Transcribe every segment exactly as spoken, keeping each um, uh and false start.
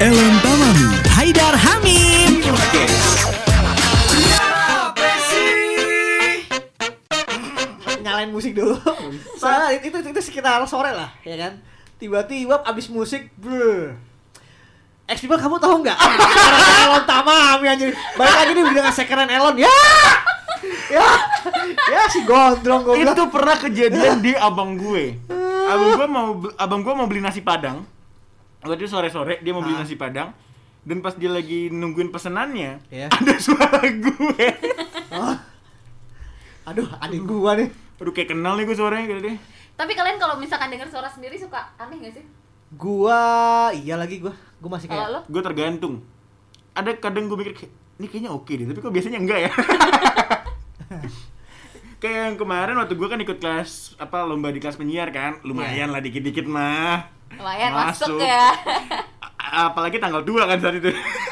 Ellen Tamami, Haidar Hamim. Nyalain musik dulu. Soalnya itu, itu itu sekitar sore lah, ya kan. Tiba-tiba abis musik, brr. X-People kamu tahu nggak? Ellen Tamami anjir. Balik lagi nih dengan sekeran Ellen ya. Ya, ya si gondrong gue bilang. Itu pernah kejadian di abang gue. Abang gue mau abang gue mau beli nasi Padang. Waktu itu sore-sore dia mau beli nasi Padang. Dan pas dia lagi nungguin pesenannya, Ya. ada suara gue. Oh. Aduh, adik gua nih. Aduh kayak kenal nih gue suaranya gitu deh. Tapi kalian kalau misalkan dengar suara sendiri suka aneh gak sih? Gua iya lagi gua. Gua masih Kalau kayak lo? Gue tergantung. Ada kadang gue mikir kayak, ini kayaknya oke deh, tapi kok biasanya enggak ya? Kayak yang kemarin waktu gue kan ikut kelas apa lomba di kelas penyiar kan, lumayan lah dikit-dikit mah. Lumayan Masuk. masuk, ya. A- apalagi tanggal dua kan saat itu.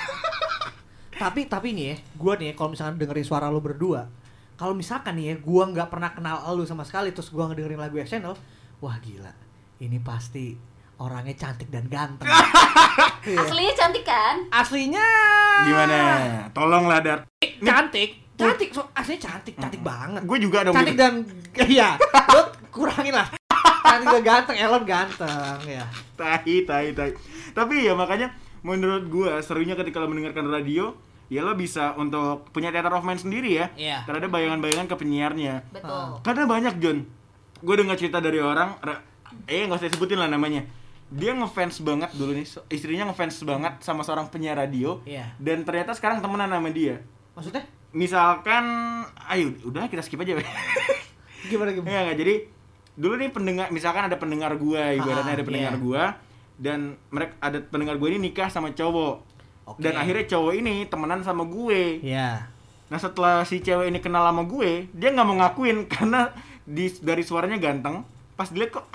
tapi tapi nih ya, gua nih ya, kalau misalkan dengerin suara lo berdua, kalau misalkan nih ya, gua nggak pernah kenal lo sama sekali, terus gua ngedengerin lagu X Channel, wah gila, ini pasti orangnya cantik dan ganteng. Iya. Aslinya cantik kan? Aslinya Gimana? Tolonglah Dar. cantik, cantik, so, aslinya cantik, cantik banget. Gue juga dong. Cantik gitu. dan iya, lo kurangin lah. Cantik dan ganteng, Ellen ganteng ya. Tai, tai, tai. Tapi ya makanya menurut gue serunya ketika lo mendengarkan radio, ya lo bisa untuk punya theater of mind sendiri ya. Iya. Karena ada bayangan-bayangan ke penyiarnya. Betul. Karena banyak John. Gue dengar cerita dari orang, ra- eh nggak usah sebutin lah namanya. Dia ngefans banget dulu nih, so- istrinya ngefans banget sama seorang penyiar radio. Iya. Dan ternyata sekarang temenan sama dia. Maksudnya? Misalkan, ayo udah kita skip aja. Gimana gimana? Iya nggak, jadi dulu nih pendengar, misalkan ada pendengar gua, ibaratnya Ah, ada pendengar iya. gua, dan mereka ada pendengar gua ini nikah sama cowok. Oke. Dan akhirnya cowok ini temenan sama gue. Iya. Nah setelah si cewek ini kenal sama gue, dia nggak mau ngakuin karena di, dari suaranya ganteng. Pas dilihat kok,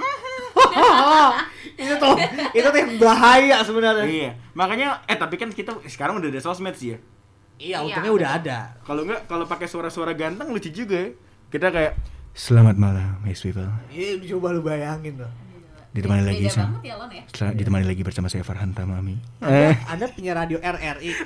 mm, itu tuh itu tuh yang bahaya sebenarnya. iya. Makanya, eh tapi kan kita sekarang udah ada sosmed sih ya. Iya, Iya, untungnya udah betul. ada. Kalau nggak, kalau pakai suara-suara ganteng lucu juga. Kita kayak, selamat malam, Miss People. Iya, coba lu bayangin tuh. Ditemani Beda lagi sama, banget ya Lon ya. setelah ditemani lagi bersama saya Farhan Tamami. Eh, Anda punya radio R R I.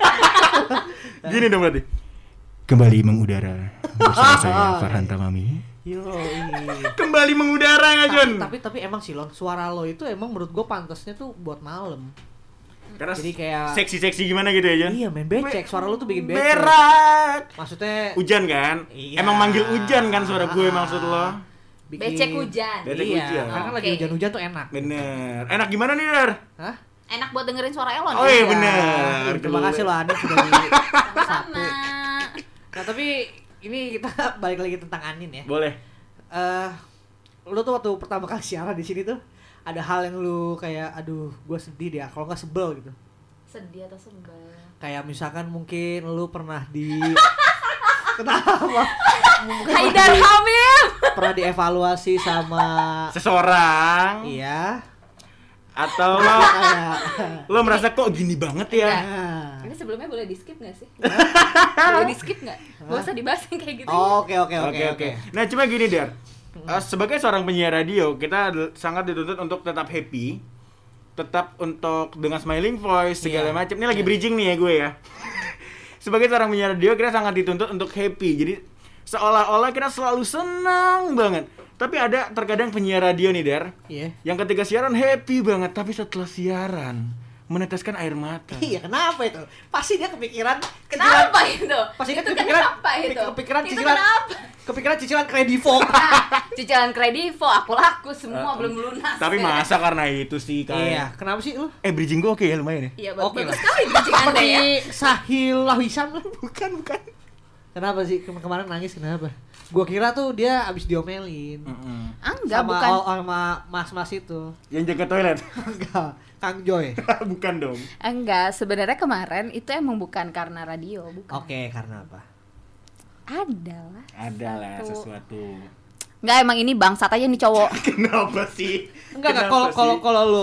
Gini dong berarti. Kembali mengudara bersama saya Farhan Tamami. Yo, Kembali mengudara ya John. tapi tapi emang sih Lon, suara lo itu emang menurut gue pantasnya tuh buat malam. Karena Jadi kayak- seksi-seksi gimana gitu ya John. Iya, main becek, suara lo tuh bikin becek. Berat. Maksudnya Hujan kan? Iya. Emang manggil hujan kan suara gue maksud lo? bikin- Becek hujan. Becek Iya, hujan. karena kan lagi Oke. hujan-hujan tuh enak. Bener. Enak gimana nih Dar? Hah? Enak buat dengerin suara Elon. Oh ya? iya bener. Iya, terima kasih lo Ani sudah di Sama-sama. Nah, tapi ini kita balik lagi tentang Anin ya. Boleh. Eh, lu tuh waktu pertama kali siaran di sini tuh ada hal yang lu kayak aduh gue sedih deh kalau nggak sebel gitu, Sedih atau sebel? kayak misalkan mungkin lu pernah di kenapa mungkin Haidar pernah, di- Hamim. pernah dievaluasi sama Seseorang iya atau lo kayak lo merasa kok gini banget ya? nah. Ini sebelumnya boleh di skip nggak sih? Boleh di skip nggak? Gak usah dibahas yang kayak gitu. oke oke oke Oke oke. Nah cuma gini Dar. Eh, sebagai seorang penyiar radio, kita d- sangat dituntut untuk tetap happy, tetap untuk dengan smiling voice segala Iya. macam. Ini lagi bridging nih ya gue ya. Sebagai seorang penyiar radio, kita sangat dituntut untuk happy. Jadi seolah-olah kita selalu senang banget. Tapi ada terkadang penyiar radio nih Dar, iya yang ketika siaran happy banget, tapi setelah siaran meneteskan air mata. iya kenapa itu pasti dia kepikiran Kenapa cicilan- itu? pasti dia Itu kepikiran kenapa itu? kepikiran Itu cicilan kenapa? kepikiran cicilan kredivo. Nah, cicilan kredivo aku laku semua Uh, belum lunas. Tapi masa karena itu sih kayak. Iya, kenapa sih lu? Eh bridging gue oke ya lumayan ya. Iya, Oke bagus lah. sekali bridging Anda Seperti ya. Sahil Lawisan lah. Bukan bukan. Kenapa sih Kem- kemarin nangis kenapa? Gua kira tuh dia abis diomelin Mm-mm. Ah, enggak, sama bukan. o- sama mas-mas itu. Yang jaga toilet. Enggak, Kang Joy. Bukan dong. Enggak, sebenarnya kemarin itu emang bukan karena radio, bukan. Oke, karena apa? Adalah. Ada lah Tuh. sesuatu. Enggak, emang ini bangsat aja nih cowok. Kenapa sih? Enggak, enggak Kenapa kalau sih? kalau kalau lu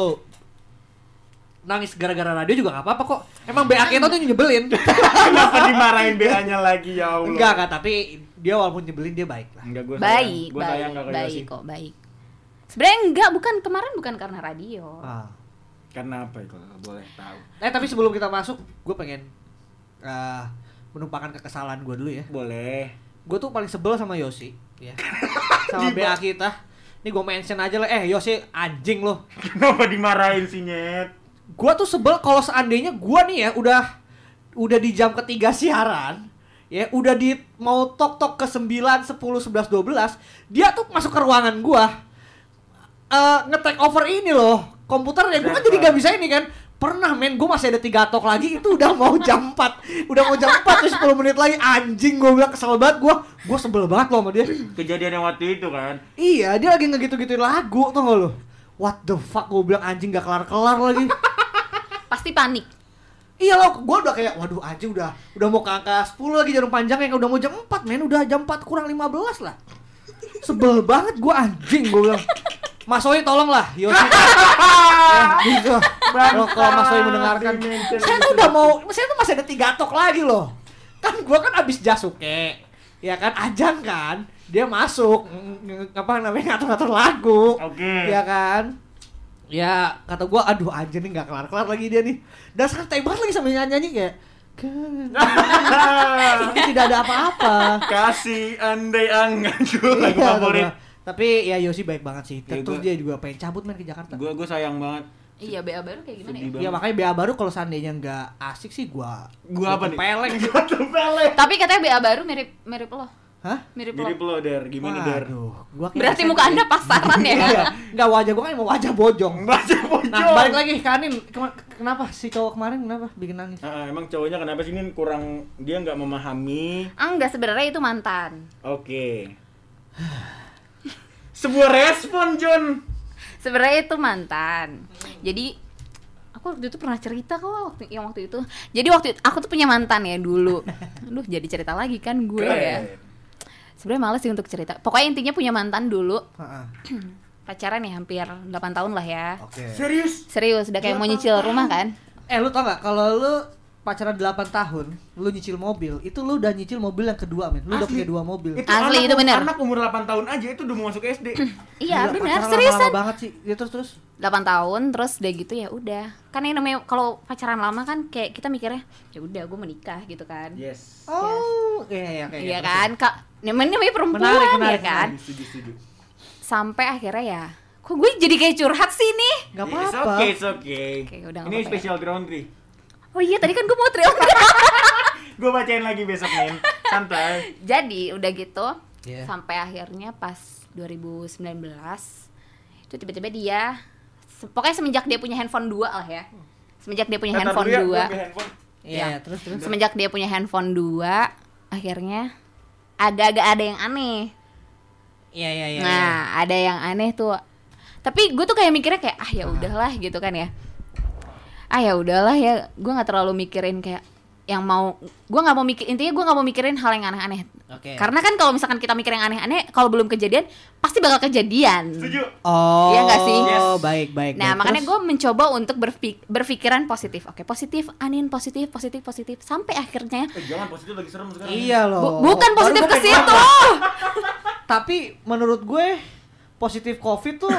nangis gara-gara radio juga gak apa-apa kok. Emang B A kita tuh nyebelin. Kenapa dimarahin B A-nya lagi ya Allah? Enggak, enggak, tapi dia walaupun nyebelin dia baik lah. Enggak, gue Baik, Gue sayang baik, kakak baik Yosi. kok, baik. Sebenarnya enggak, bukan kemarin bukan karena radio. Ah. Karena apa ya kalau boleh tahu? Eh tapi sebelum kita masuk, gue pengen uh, menumpahkan kekesalan gue dulu ya. Boleh. Gue tuh paling sebel sama Yosi, ya. Sama B A kita. Ini gue mention aja lah, eh Yosi anjing loh. Kenapa dimarahin sih, Nyet? Gue tuh sebel kalau seandainya gue nih ya udah udah di jam ketiga siaran, ya udah di mau tok-tok ke sembilan, sepuluh, sebelas, dua belas, dia tuh masuk ke ruangan gue, uh, nge-take over ini loh komputernya. Gue kan jadi gak bisa ini kan. Pernah men, gue masih ada tiga tok lagi, itu udah mau jam empat. Udah mau jam empat tuh sepuluh menit lagi. Anjing, gue bilang kesel banget gue. Gue sebel banget loh sama dia. Kejadian yang waktu itu kan. Iya, dia lagi ngegitu-gituin lagu tuh gak lo. What the fuck, gue bilang anjing gak kelar-kelar lagi. Pasti panik. Iya loh, gue udah kayak waduh anjing udah udah mau ke angka sepuluh lagi jarum panjang yang udah mau jam empat men, udah jam empat kurang lima belas lah. Sebel banget gue anjing, gue bilang. Mas Oi tolong lah, Yosi. Ya, gitu. Kalau kalau Mas Oi mendengarkan, saya tuh udah mau, saya tuh masih ada tiga tok lagi loh. Kan gue kan abis Jasuke, ya kan Ajang kan, dia masuk, ng- apa namanya ngatur-ngatur lagu, Oke. ya kan. Ya kata gue, aduh anjir nih nggak kelar-kelar lagi dia nih. Dan santai banget lagi sambil nyanyi kayak. Ini tidak ada apa-apa. Kasih andai angan gue lagu Iya, favorit. bener. Tapi ya Yosi baik banget sih. Ya, Terus gua- dia juga pengen cabut main ke Jakarta. Gue gue sayang banget. Iya, B A baru kayak gimana ya? Sedih Ya banget. makanya B A baru kalau seandainya nggak asik sih gua Gua apa nih? Peleng sih. Peleng. Tapi katanya B A baru mirip mirip lo. Hah? Mirip lo. Mirip lo Der, gimana Der? Waduh, gua kayak Berarti S M P. muka Anda pasaran ya? Iya. Enggak wajah gua kan emang wajah bojong. Baca pojok. Nah, balik lagi ke Anin. Kema- kenapa si cowok kemarin kenapa bikin nangis? Ah, emang cowoknya kenapa sih ini kurang, dia nggak memahami? Ah, enggak, sebenarnya itu mantan. Oke. Sebuah respon John. Sebenarnya itu mantan. Jadi aku waktu itu pernah cerita kok waktu yang waktu itu. Jadi waktu itu, aku tuh punya mantan ya dulu. Aduh, jadi cerita lagi kan gue ya. Keren. Sebenarnya males sih untuk cerita. Pokoknya intinya punya mantan dulu. Heeh. Pacaran ya hampir delapan tahun lah ya. Oke. Serius? Serius, udah kayak mau nyicil rumah kan? Eh lu tau gak kalau lu pacaran delapan tahun, lu nyicil mobil, itu lu udah nyicil mobil yang kedua men. Lu udah Asli. punya dua mobil. Itu Asli, anak itu um- bener. Anak umur delapan tahun aja itu udah mau masuk S D. Iya, Gila, benar, pacaran seriusan. lama-lama banget sih. Ya terus terus. delapan tahun terus udah gitu ya udah. Kan yang namanya kalau pacaran lama kan kayak kita mikirnya ya udah gue menikah gitu kan. Yes. Oh, iya iya kayak Iya gitu. kan? Kak, namanya namanya perempuan Menarik, menarik, ya kan? Setuju, setuju. Sampai akhirnya ya kok gue jadi kayak curhat sih nih. Gak It's apa-apa. okay, it's okay. Oke, udah nggak Ini apa-apa special round three. Oh iya, tadi kan gue mau trio. Gue bacain lagi besok men. Santai. Jadi udah gitu Iya. sampai akhirnya pas dua ribu sembilan belas itu tiba-tiba dia se- pokoknya semenjak dia punya handphone dua lah ya. Semenjak dia punya Ntar handphone dulu ya, dua. gua ambil handphone. Iya, Ya. terus terus. Semenjak dia punya handphone dua, akhirnya agak-agak ada yang aneh. Iya iya iya. Nah, ada yang aneh tuh. Tapi gue tuh kayak mikirnya kayak ah ya udahlah gitu kan ya. Ah ya udahlah ya, gue nggak terlalu mikirin kayak yang mau, gue nggak mau mikir, intinya gue nggak mau mikirin hal yang aneh-aneh. Oke. Karena kan kalau misalkan kita mikir yang aneh-aneh, kalau belum kejadian pasti bakal kejadian. Setuju. Oh, Iya nggak sih? Oh, baik baik. Nah baik. makanya Terus? gue mencoba untuk berpik- berpikiran positif. Oke, positif, Anin positif, positif, positif, sampai akhirnya Eh, jangan positif lagi serem sekarang. Iya loh. bu- bukan Baru positif gua ke pengen situ. ngomong. Tapi menurut gue positif COVID tuh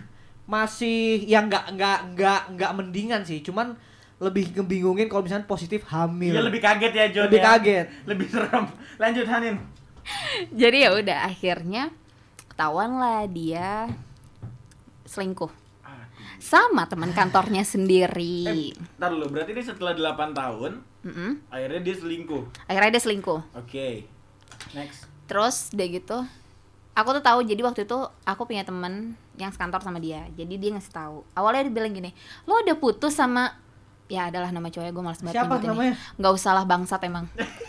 masih yang nggak nggak nggak nggak mendingan sih. Cuman lebih ngebingungin kalau misalnya positif hamil. Iya lebih kaget ya John. Lebih ya. kaget. Lebih serem. Lanjut Hanin. Jadi ya udah akhirnya ketahuan lah dia selingkuh sama teman kantornya sendiri. Eh, ntar dulu, berarti ini setelah delapan tahun Mm-mm. akhirnya dia selingkuh. Akhirnya dia selingkuh. Oke. Next. Terus udah gitu, aku tuh tahu. Jadi waktu itu aku punya temen yang sekantor sama dia. Jadi dia ngasih tahu. Awalnya dia bilang gini, lo udah putus sama, ya adalah nama cowoknya, gue malas banget Siapa nyebutinnya. namanya? Nggak usah lah, bangsat emang.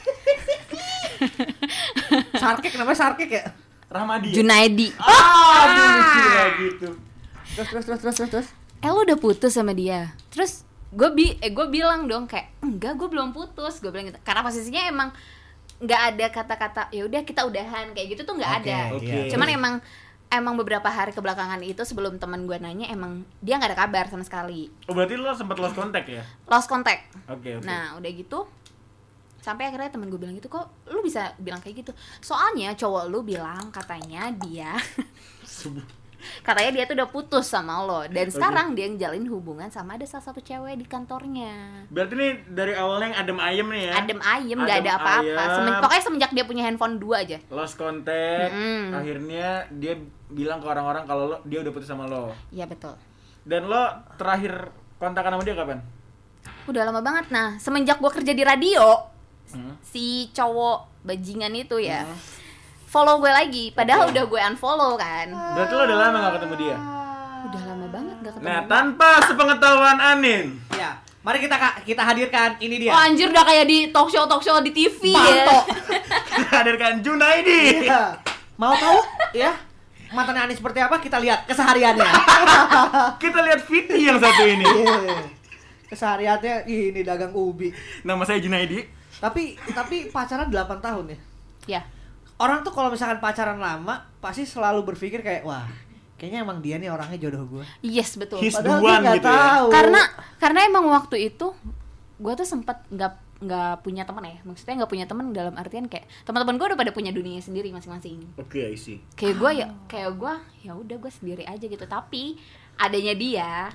Sarkik namanya Sarkik ya? Rahmadi. ya? Junaidi. Ah, aduh lucu ya gitu. Terus terus terus terus terus. terus. Eh lo udah putus sama dia. Terus gue bi eh gue bilang dong kayak enggak, gue belum putus. Gue bilang gitu. Karena posisinya emang nggak ada kata-kata ya udah kita udahan kayak gitu tuh nggak Oke, ada. Oke. iya. Cuman emang emang beberapa hari kebelakangan itu sebelum teman gue nanya emang dia nggak ada kabar sama sekali. Oh berarti lo sempat lost contact ya? Lost contact. Oke oke. Nah udah gitu sampai akhirnya temen gue bilang gitu, kok lu bisa bilang kayak gitu? Soalnya cowok lu bilang katanya dia Sebut, Katanya dia tuh udah putus sama lo dan sekarang dia ngejalin hubungan sama ada salah satu cewek di kantornya. Berarti nih dari awalnya yang adem ayem nih ya. Adem ayem, nggak ada Adem apa-apa. ayem. Semen- pokoknya semenjak dia punya handphone dua aja. Lost contact. Mm-mm. Akhirnya dia bilang ke orang-orang kalau lo dia udah putus sama lo. Iya betul. Dan lo terakhir kontakan sama dia kapan? Udah lama banget. Nah, semenjak gua kerja di radio, Hmm. si cowok bajingan itu ya follow gue lagi. Padahal Oke. udah gue unfollow kan. Berarti lo udah lama gak ketemu dia? Udah lama banget gak ketemu. Nah, tanpa sepengetahuan Anin. Ya, mari kita kita hadirkan ini dia. Oh anjir udah kayak di talk show talk show di T V Panto. ya. Kita hadirkan Junaidi. Iya. Mau tahu ya? Mantannya Ani seperti apa? Kita lihat kesehariannya. Kita lihat Fiti yang satu ini. Iya. Kesehariannya ini dagang ubi. Nama saya Junaidi. Tapi tapi pacaran delapan tahun ya. Ya. Orang tuh kalau misalkan pacaran lama pasti selalu berpikir kayak wah, kayaknya emang dia nih orangnya jodoh gue. Yes betul. His Padahal the one dia nggak gitu ya. tahu. Karena karena emang waktu itu gue tuh sempet nggak nggak punya teman ya. Maksudnya nggak punya teman dalam artian kayak teman-teman gue udah pada punya dunia sendiri masing-masing. Oke, I see. Kayak gue ya kayak gue ya udah gue sendiri aja gitu. Tapi adanya dia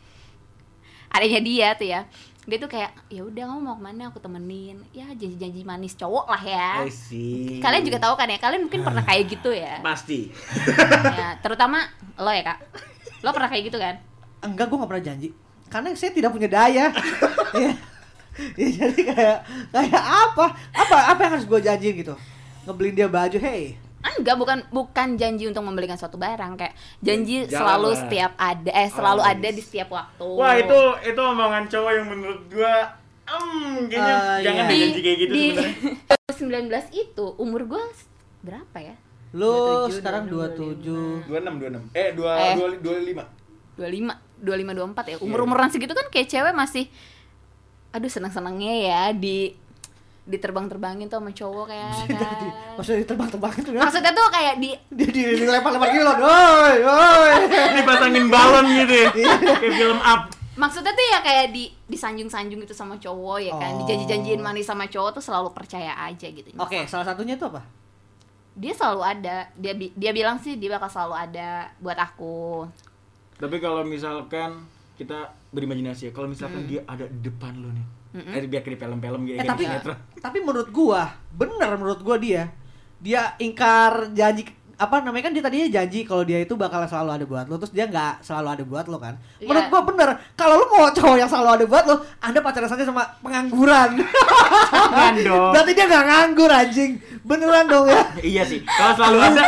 adanya dia tuh ya, dia tuh kayak ya udah kamu mau kemana aku temenin, ya janji-janji manis cowok lah ya. I see. Kalian juga tahu kan ya, kalian mungkin pernah kayak gitu ya. Pasti. Ya, terutama lo ya kak, lo pernah kayak gitu kan? Enggak, gue nggak pernah janji. Karena saya tidak punya daya. Iya. Ya, jadi kayak kayak apa? Apa apa yang harus gue janjiin gitu? Ngebeliin dia baju, hey. Enggak, bukan bukan janji untuk membelikan suatu barang, kayak janji Jalan selalu lah. setiap ada eh selalu Oh, ada yes. di setiap waktu. Wah, itu itu omongan cowok yang menurut gua em kayaknya Ah, jangan iya. deh janji kayak gitu di sebenarnya. sembilan belas itu umur gue berapa ya? Lu dua puluh tujuh, sekarang dua dua puluh puluh tujuh. dua puluh enam dua puluh enam. Eh, dua Eh. dua dua puluh lima. dua puluh lima, dua puluh lima, dua puluh empat ya. Umur-umuran segitu kan kayak cewek masih aduh senang-senangnya ya di diterbang-terbangin tuh sama cowok kayak kan. Maksudnya diterbang-terbangin tuh kan? Maksudnya tuh kayak di Dia di dilempar-lempar gitu loh. Woi, woi. Dipasangin balon gitu ya. Kayak film up. maksudnya tuh ya kayak di disanjung-sanjung gitu sama cowok ya kan. Oh. Dijanji-janjiin manis sama cowok tuh selalu percaya aja gitu. Oke, salah satunya itu apa? Dia selalu ada. Dia bi- dia bilang sih dia bakal selalu ada buat aku. Tapi kalau misalkan kita berimajinasi ya, kalau misalkan dia ada di depan lo nih. Eh, biar kayak di film-film gitu Eh kayak tapi di sinetron. tapi menurut gua, bener menurut gua dia dia ingkar janji apa namanya kan dia tadinya janji kalau dia itu bakal selalu ada buat lo, terus dia nggak selalu ada buat lo kan. Iya. Menurut gua bener, kalau lo mau cowok yang selalu ada buat lo, Anda pacaran saja sama pengangguran. Jangan dong. Berarti dia nggak nganggur anjing. Beneran dong ya. Iya sih. Kalau selalu ada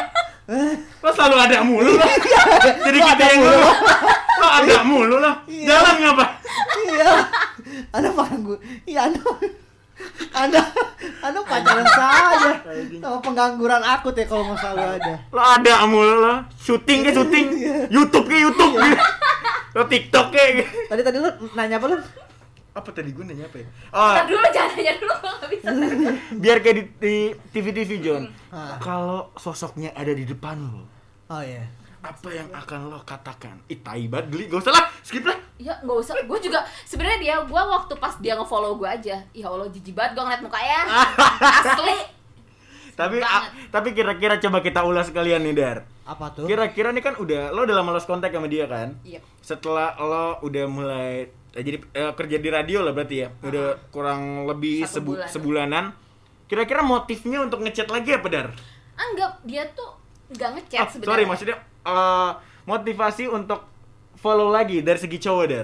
lo selalu ada mulu lo. Jadi Lo kita ada yang mulu. ngomong. Lo ada mulu lo. Iya. Jalan ngapa? Iya. Anda penganggur. Iya, Anda Anda Anda pacaran saja sama pengangguran akut ya kalau mau selalu ada. Lo ada mulu lo. Syuting ke syuting. YouTube ke YouTube. Lo TikTok ke. Tadi tadi lu nanya apa lu? Apa tadi gue nanya apa ya? Oh, Ntar dulu jangan nanya dulu gue gak bisa. biar kayak di, di T V T V John. Ah. Kalau sosoknya ada di depan lo, Oh iya. apa yang akan lo katakan? Ih, tai banget geli. Gak usah lah, skip lah. Ya nggak usah. Gue juga sebenarnya dia gue waktu pas dia nge-follow gue aja. Ya Allah jijik banget gue ngeliat mukanya. Asli. Tapi Banget. a- tapi kira-kira coba kita ulas sekalian nih, Dar. Apa tuh? Kira-kira nih kan udah lo udah lama lost contact sama dia kan? Iya. Setelah lo udah mulai eh, jadi eh, kerja di radio lah berarti ya. Udah kurang lebih Satu sebu- bulan. sebulanan. Kira-kira motifnya untuk ngechat lagi apa, Dar? Anggap dia tuh nggak ngechat Oh, sebenarnya. sorry, maksudnya eh, motivasi untuk follow lagi dari segi cowok, Dar.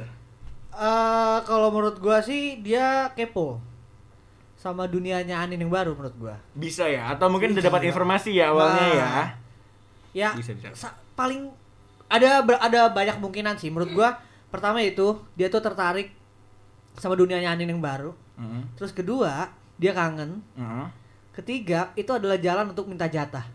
Eh kalau menurut gua sih dia kepo sama dunianya Anin yang baru menurut gua. Bisa ya? Atau mungkin udah Bisa. dapat informasi ya awalnya Nah. ya? Ya, Bisa, bisa. sa- paling ada ber- ada banyak kemungkinan sih menurut gua. Pertama itu dia tuh tertarik sama dunianya Anin yang baru. Mhm. Terus kedua, dia kangen. Mhm. Ketiga, itu adalah jalan untuk minta jatah.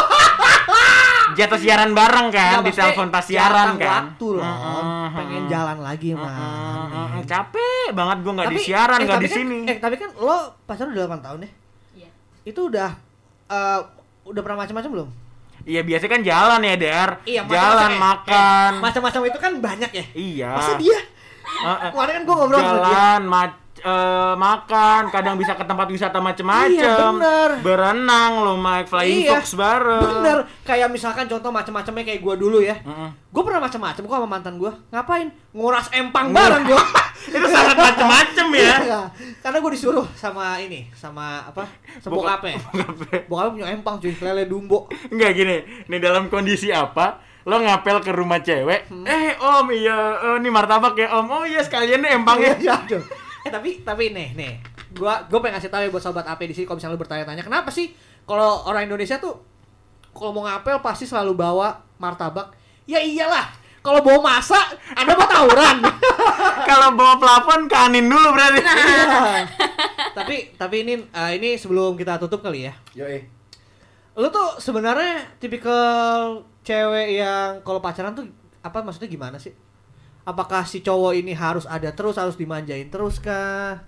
Jatuh siaran bareng kan, Nggak, di maksudnya telepon pas siaran jatah kan. waktu loh. Mhm. Pengen jalan lagi Mhm. mah. Mhm. Capek banget gua nggak di siaran, eh, nggak tapi di kan- sini. Eh, tapi kan lo pacaran udah delapan tahun ya? Iya. Itu udah eh, udah pernah macam-macam belum? Iya biasanya kan jalan ya, Dar. Iya, jalan macam-macam, eh. makan. Macam-macam itu kan banyak ya. Iya. Masa dia? Heeh. Kemarin kan gua ngobrol sama dia. jalan, mac eh, makan, kadang bisa ke tempat wisata macem-macem. Iya, bener. Berenang lo, Mike, flying Iya, fox bareng. Bener. Kayak misalkan contoh macam-macamnya kayak gua dulu ya. Mm-mm. Gua pernah macam-macam kok sama mantan gua. Ngapain? Nguras empang Nguras. bareng gua. Itu sangat macem-macem ya. Iya. Karena gua disuruh sama ini, sama apa? Sama bokapnya. Bokapnya punya empang cuy, lele dumbo. Enggak gini, nih dalam kondisi apa? Lo ngapel ke rumah cewek, hmm. eh om iya, oh, ini martabak ya om, oh iya sekalian deh empangnya. Iya, aduh. Eh tapi tapi nih nih, gua gua pengen ngasih tahu ya buat sobat A P di sini kalau misalnya lu bertanya-tanya kenapa sih kalau orang Indonesia tuh kalau mau ngapel pasti selalu bawa martabak. Ya iyalah, kalau bawa masa Anda mau tawuran. Kalau bawa plafon kanin dulu berarti. Iya. tapi tapi ini uh, ini sebelum kita tutup kali ya. Yoi. Lu tuh sebenarnya tipikal cewek yang kalau pacaran tuh apa maksudnya gimana sih? Apakah si cowok ini harus ada terus, harus dimanjain terus kah?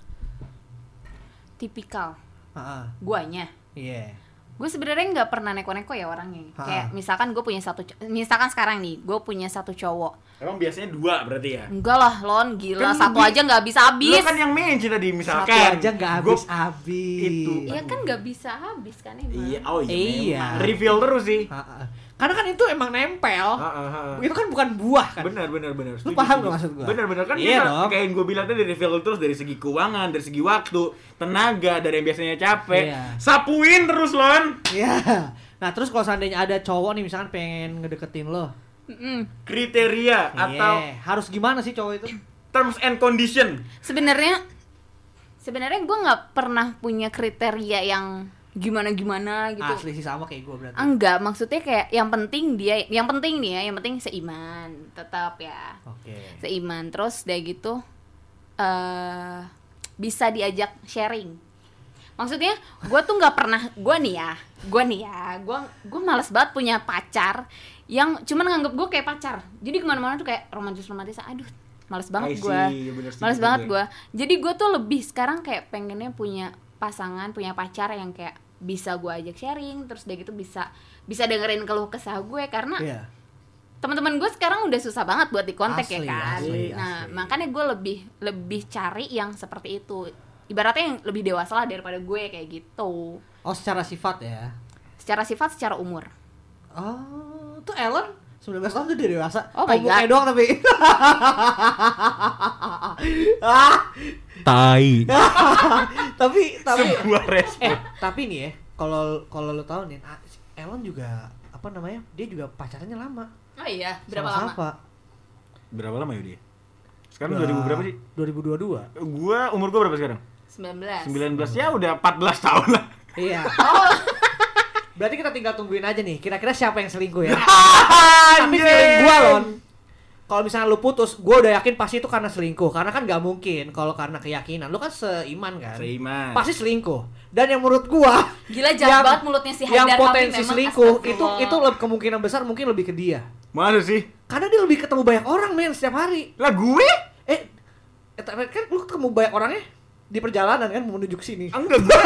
Tipikal. Heeh. Guanya. Iya. Gue sebenarnya nggak pernah neko-neko ya orangnya. Ha. Kayak misalkan gue punya satu, misalkan sekarang nih, gue punya satu cowok. Emang biasanya dua berarti ya? Enggak lah, Lon, gila, Kan satu di- aja nggak bisa habis. Lo kan yang mention tadi misalkan. Satu aja nggak gua- habis-habis. Itu. Iya kan nggak bisa habis kan emang. Iya, oh iya. Iya. memang. Reveal terus sih. Ha-ha. Karena kan itu emang nempel. Heeh, heeh. Itu kan bukan buah kan. Benar, benar, benar. Lu paham gak maksud gua? Benar, benar kan Iya kita dong. kayak yang gue bilang tadi reveal terus dari segi keuangan, dari segi waktu, tenaga, dari yang biasanya capek. Iya. Sapuin terus, Lon. Iya. Nah, terus kalau seandainya ada cowok nih misalkan pengen ngedeketin lo. Mm-mm. Kriteria atau Iya. Harus gimana sih cowok itu? terms and condition. Sebenarnya sebenarnya gue nggak pernah punya kriteria yang gimana-gimana gitu. Asli sih sama kayak gue berarti. Enggak, maksudnya kayak yang penting dia, yang penting nih ya, yang penting seiman, tetap ya. Oke. Seiman, terus udah gitu eh bisa diajak sharing. Maksudnya gue tuh nggak pernah, gue nih ya, gue nih ya, gue gue males banget punya pacar yang cuman nganggep gue kayak pacar. Jadi kemana-mana tuh kayak romantis-romantis, aduh males banget I see, gue, bener sih, males bener banget gue. gue. Jadi gue tuh lebih sekarang kayak pengennya punya pasangan, punya pacar yang kayak bisa gue ajak sharing, terus udah gitu bisa bisa dengerin keluh kesah gue karena Iya. teman-teman gue sekarang udah susah banget buat dikontak ya Asli, kan. asli, Nah, asli. makanya gue lebih lebih cari yang seperti itu. Ibaratnya yang lebih dewasa lah daripada gue kayak gitu. Oh, secara sifat ya. Secara sifat, secara umur. Oh, tuh Ellen sembilan belas tahun tuh dia dewasa. Oh my mukanya God. doang tapi. ah, Tai. tapi tapi Sebuah respon. eh, tapi nih ya, kalau kalau lo tahu nih, ah, Ellen juga apa namanya? Dia juga pacarannya lama. Oh iya, berapa Sama lama? Safa. Berapa lama ya dia? Sekarang dua ribu berapa sih? dua ribu dua puluh dua. Gua umur gua berapa sekarang? sembilan belas. sembilan belas ya udah empat belas tahun lah. Iya. Oh, Berarti kita tinggal tungguin aja nih. Kira-kira siapa yang selingkuh ya? Tapi feeling gua Lon, kalau misalnya lu putus, gua udah yakin pasti itu karena selingkuh. Karena kan nggak mungkin kalau karena keyakinan. Lu kan seiman kan? Seiman. Pasti selingkuh. Dan yang menurut gua, gila jahat banget mulutnya si yang Haidar potensi Habib memang, selingkuh itu astagfirullah. itu lebih kemungkinan besar mungkin lebih ke dia. Masa sih? Karena dia lebih ketemu banyak orang men setiap hari. Lah gue? Eh, eh tapi kan lu ketemu banyak orangnya di perjalanan kan menuju ke sini. Enggak gue.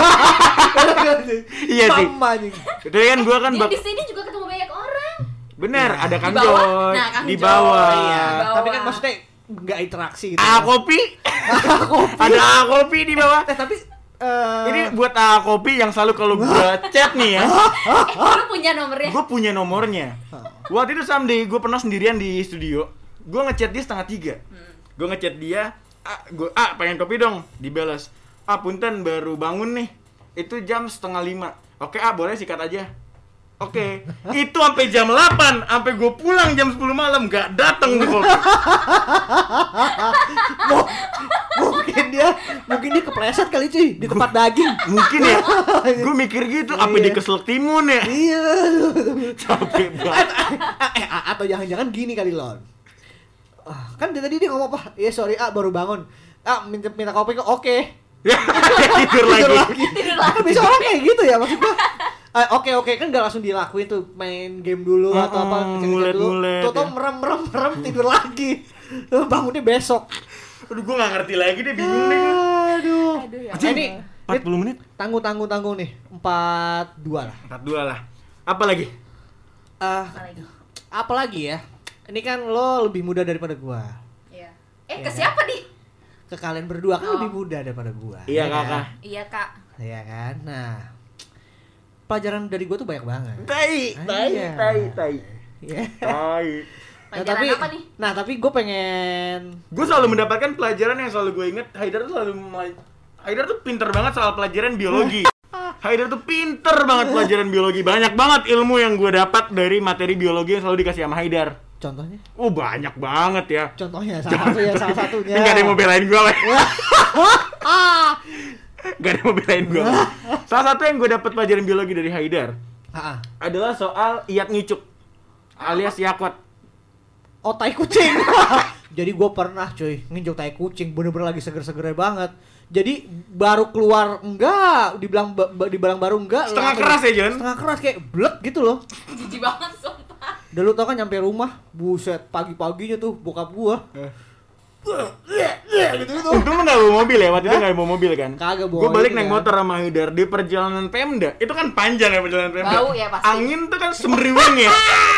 Iya sih. Sama anjing. Itu kan gue kan Dia bak- di sini juga ketemu banyak orang. bener Iya. ada Di Kang bawah? John Nah, Kang di John. bawah. Iya, bawah. tapi kan maksudnya nggak interaksi gitu. Ah kopi. Ada ah kopi di bawah. Eh tapi eh Ini buat ah kopi yang selalu kalau gue chat nih ya. Eh, lu punya nomornya? Gue punya nomornya. Waktu itu someday gue pernah sendirian di studio. Gue ngechat dia setengah tiga. Gue ngechat dia, ah, gue ah pengen kopi dong, dibalas. Ah punten baru bangun nih. Itu jam setengah lima. Oke ah boleh sikat aja. Oke, itu sampai jam delapan, sampai gue pulang jam sepuluh malam nggak dateng tuh kopi. Mo- mungkin dia mungkin dia kepleset kali cuy di tempat daging. Mungkin ya, gue mikir gitu, apa Iya. dia keselak timun ya? Iya. Capek banget. eh, a- atau jangan-jangan gini kali Lon. Ah, kan dia tadi dia ngomong apa? Iya sorry ah baru bangun. Ah minta minta kopi kok. Oke. Ya, tidur lagi. Tidur lagi. Kan bisa orang kayak gitu ya maksud gua. Eh, oke oke kan gak langsung dilakuin tuh main game dulu atau apa Mm-mm, kecil-kecil dulu. ngulet-ngulet, Tuh ya. merem merem merem tidur lagi. Tuh bangunnya besok. Aduh, gue nggak ngerti lagi deh, bingung deh. gua. Aduh. Aduh, ya Eh, ini empat puluh menit? tanggung tanggung tanggung nih empat dua lah. empat dua lah. Apa lagi? Ah, Apa lagi? apa lagi ya? Ini kan lo lebih muda daripada gua. Iya. Eh, Iya. ke siapa di? Ke ke kalian berdua kan Oh. lebih muda daripada gua. Iya, ya kan? Kakak. Iya kak. Iya kan. Nah, pelajaran dari gua tuh banyak banget. Tai, tai, Iya. tai, tai. Iya. Tai. Nah, Pelajaran tapi, apa nih? nah tapi gue pengen Gue selalu mendapatkan pelajaran yang selalu gue inget. Haidar tuh selalu mel- Haidar tuh pinter banget soal pelajaran biologi. Haidar tuh pinter banget pelajaran biologi. Banyak banget ilmu yang gue dapat dari materi biologi yang selalu dikasih sama Haidar. contohnya. Oh banyak banget ya. Contohnya salah satu ya salah satunya. Ini gak ada yang mau belain gue lah. Ah. Gak ada yang mau belain gue. Salah satu yang gue dapat pelajaran biologi dari Haidar Ah. adalah soal iat ngicuk alias yakot. Oh, tai kucing. Jadi gue pernah cuy nginjek tai kucing bener-bener lagi seger-segernya banget. Jadi baru keluar enggak, dibilang ba- ba- dibilang baru enggak. Setengah lah, keras ya, Jon? Setengah keras kayak blek gitu loh. Jijik banget sumpah. Dan lu tau kan nyampe rumah, buset pagi-paginya tuh bokap gua. gitu gitu. Untung lu gak bawa mobil ya, waktu itu gak bawa mobil kan? Kagak bawa Gue balik ini naik kan. motor sama Haidar di perjalanan Pemda. Itu kan panjang ya perjalanan Pemda. Bau ya pasti. Angin tuh kan semeriwing ya.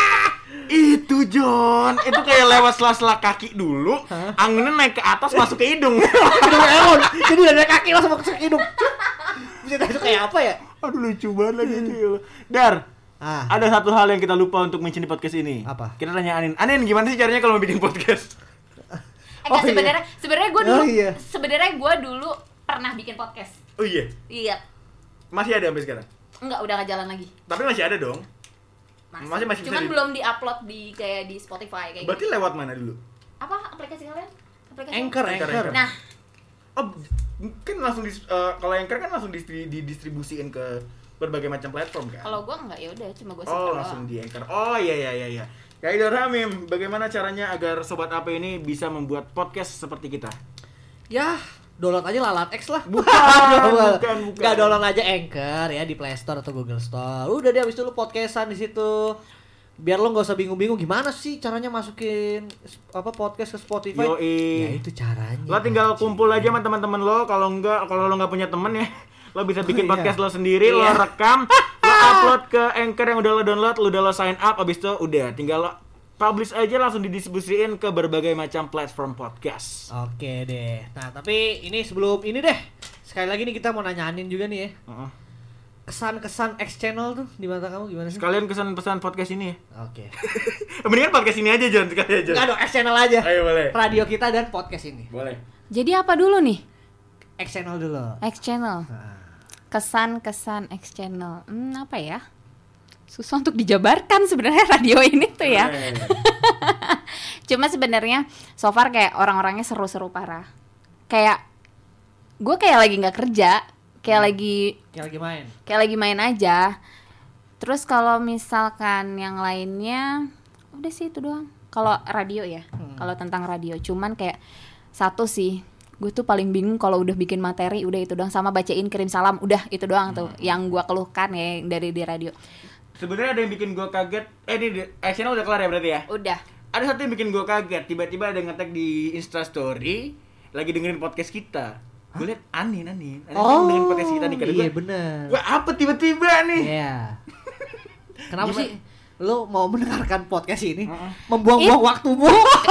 Itu John, itu kayak lewat sela-sela kaki dulu, Hah? anginnya naik ke atas masuk ke hidung. Hidung Elon. Jadi dari kaki langsung masuk ke hidung. Buset itu kayak apa ya? Aduh lucu banget lagi itu. Dar, Ah. ada satu hal yang kita lupa untuk mention di podcast ini. Apa? Kita tanya Anin. Anin gimana sih caranya kalau mau bikin podcast? Eh, Oh, enggak, iya. sebenarnya sebenarnya gue dulu Oh, iya. sebenarnya gue dulu pernah bikin podcast. Oh iya, Iya. masih ada sampai sekarang. Enggak, udah gak jalan lagi. Tapi masih ada dong. Masih. Masih- masih bisa Cuman di- belum di-upload di kayak di Spotify kayak Berarti gitu. lewat mana dulu? Apa aplikasi kalian? Aplikasi Anchor, Anchor, anchor. Anchor. Nah, Oh, kan langsung dis, eh, kalau Anchor kan langsung distri- didistribusiin ke berbagai macam platform kan? kalau gue enggak ya udah cuma gue Oh, langsung di Anchor. Oh iya iya iya iya. Haidar Hamim, bagaimana caranya agar sobat A P ini bisa membuat podcast seperti kita? Ya, download aja Lalat X lah. Bukan, bukan, bukan. Gak download aja Anchor ya di Play Store atau Google Store. Udah deh habis itu lu podcastan di situ. Biar lo nggak usah bingung-bingung gimana sih caranya masukin apa podcast ke Spotify. Yoi. Ya itu caranya. Lo tinggal kumpul aja sama teman-teman lo. Kalau enggak, kalau lo nggak punya temen ya, lo bisa bikin Oh, iya. podcast lo sendiri. Lo Iya. rekam, lo upload ke Anchor yang udah lo download, lo udah lo sign up. Abis itu udah, tinggal lo publish aja langsung didistribusiin ke berbagai macam platform podcast. Oke deh. Nah, tapi ini sebelum ini deh. Sekali lagi nih kita mau nanyain juga nih ya. Heeh. Kesan-kesan X channel tuh di mata kamu gimana sih? Sekalian kesan pesan podcast ini ya. Oke. Mendingan podcast ini aja John, sekali aja. Enggak dong, X channel aja. Ayo boleh. Radio kita dan podcast ini. Boleh. jadi apa dulu nih? X channel dulu. X channel. Nah. Kesan-kesan X channel. Hmm, apa ya? Susah untuk dijabarkan sebenarnya radio ini tuh ya. Boleh. Cuma sebenarnya so far kayak orang-orangnya seru-seru parah. Kayak gue kayak lagi nggak kerja, kayak lagi Kayak lagi main. kayak lagi main aja. Terus kalau misalkan yang lainnya udah sih itu doang. Kalau radio ya, Hmm. kalau tentang radio cuman kayak satu sih, gue tuh paling bingung kalau udah bikin materi udah itu doang sama bacain kirim salam udah itu doang tuh yang gue keluhkan ya dari di radio. Sebenarnya ada yang bikin gua kaget. Eh ini di- eh, channel udah kelar ya berarti ya? Udah. Ada satu yang bikin gua kaget. Tiba-tiba ada yang nge-tag di Insta Story lagi dengerin podcast kita. Gue liat Anin, Anin. Anin kan dengerin podcast kita nih. Kata iya gua, bener. Gua apa tiba-tiba nih? Iya. Kenapa Gimana? sih lo mau mendengarkan podcast ini? Heeh. Membuang-buang waktumu.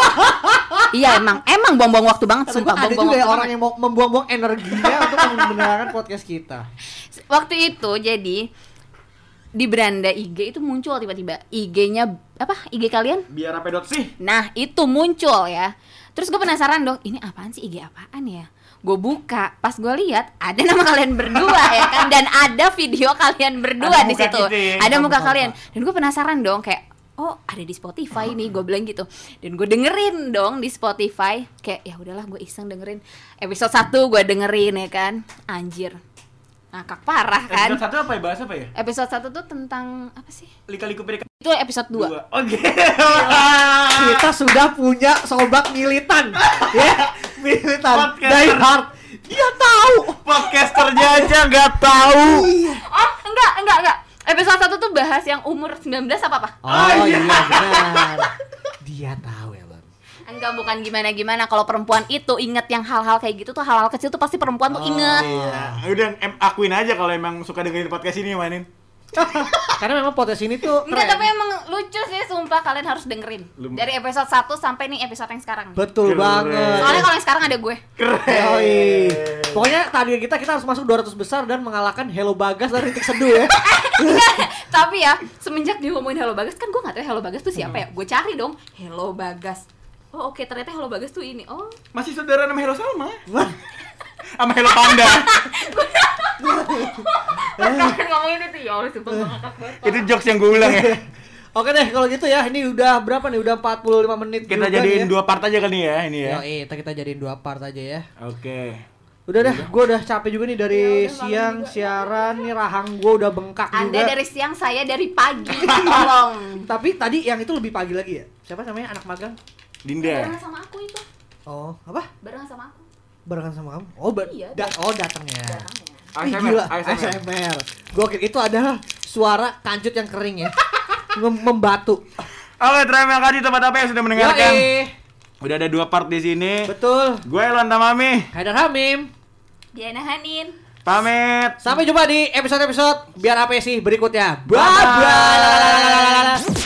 Iya emang emang buang-buang waktu banget Tapi sumpah ada buang-buang juga ya waktu orang banget. yang mau membuang-buang energinya untuk mendengarkan podcast kita. Waktu itu jadi di beranda I G itu muncul tiba-tiba I G-nya apa? I G kalian? Biar apa dot sih? Nah itu muncul ya. Terus gue penasaran dong, ini apaan sih I G apaan ya? Gue buka, pas gue lihat ada nama kalian berdua ya kan, dan ada video kalian berdua Ada di muka situ, kita ya. ada muka Muka-muka. kalian, dan gue penasaran dong kayak, oh ada di Spotify nih, gue bilang gitu, dan gue dengerin dong di Spotify, kayak ya udahlah gue iseng dengerin episode satu gue dengerin ya kan, anjir, ngakak parah kan. Episode satu apa ya? Bahas apa ya? Episode satu tuh tentang apa sih? Lika-liku P D K Itu episode dua. dua. Oke. Kita sudah punya sobat militan. Ya, militan. Podcaster. Die hard. Dia tahu. Podcasternya aja nggak tahu. Oh enggak enggak enggak. Episode satu tuh bahas yang umur sembilan belas apa apa? Oh iya benar. Dia tahu ya, Bang. Enggak, bukan gimana-gimana. Kalau perempuan itu inget yang hal-hal kayak gitu tuh, hal-hal kecil tuh pasti perempuan tuh Oh, inget. Iya. Udah em, akuin aja kalau emang suka dengerin podcast ini, manin. Karena memang podcast ini tuh Enggak, keren. tapi emang lucu sih, sumpah kalian harus dengerin. Lum- Dari episode satu sampai nih episode yang sekarang. Betul Keren. banget. Soalnya kalau yang sekarang ada gue. Yoi. Pokoknya target kita kita harus masuk dua ratus besar dan mengalahkan Hello Bagas dan Rintik Seduh ya. Tapi ya, semenjak dia ngomongin Hello Bagas, kan gue gak tahu Hello Bagas tuh siapa ya. Gue cari dong, Hello Bagas. Oh oke, ternyata Hello Bagas tuh ini. Oh, Masih saudara sama Hello Salma. Sama Hello Panda. kan ngomongin itu ya Allah, sumpah gue ngakak banget. Itu jokes yang gue ulang ya. Oke deh kalau gitu ya. Ini udah berapa nih? Udah empat puluh lima menit. Kita juga nih jadiin ya. dua part aja kali ya ini ya. Yoi, kita jadiin dua part aja ya. Oke. Udah dah, gue udah capek juga nih dari Ya, udah, malam siang juga. siaran nih, rahang gue udah bengkak Anda juga. dari siang, saya dari pagi. Tolong. Tapi tadi yang itu lebih pagi lagi ya. Siapa namanya anak magang? Dinda. Barengan sama aku itu. Oh, apa? Barengan sama aku. Barengan sama kamu? Oh, ber- Iya, da- oh datangnya. Datangnya. Ih, A S M R, gila, A S M R. A S M R. Gokil, itu adalah suara kancut yang kering ya. Mem- membatu. Oke, terima kasih tempat apa yang sudah mendengarkan. Yoi. Udah ada dua part di sini. Betul. Gue Elon Tamami. Haidar Hamim. Diana Hanin. Pamit. Sampai jumpa di episode-episode biar apa sih berikutnya. Bye Bye-bye. bye.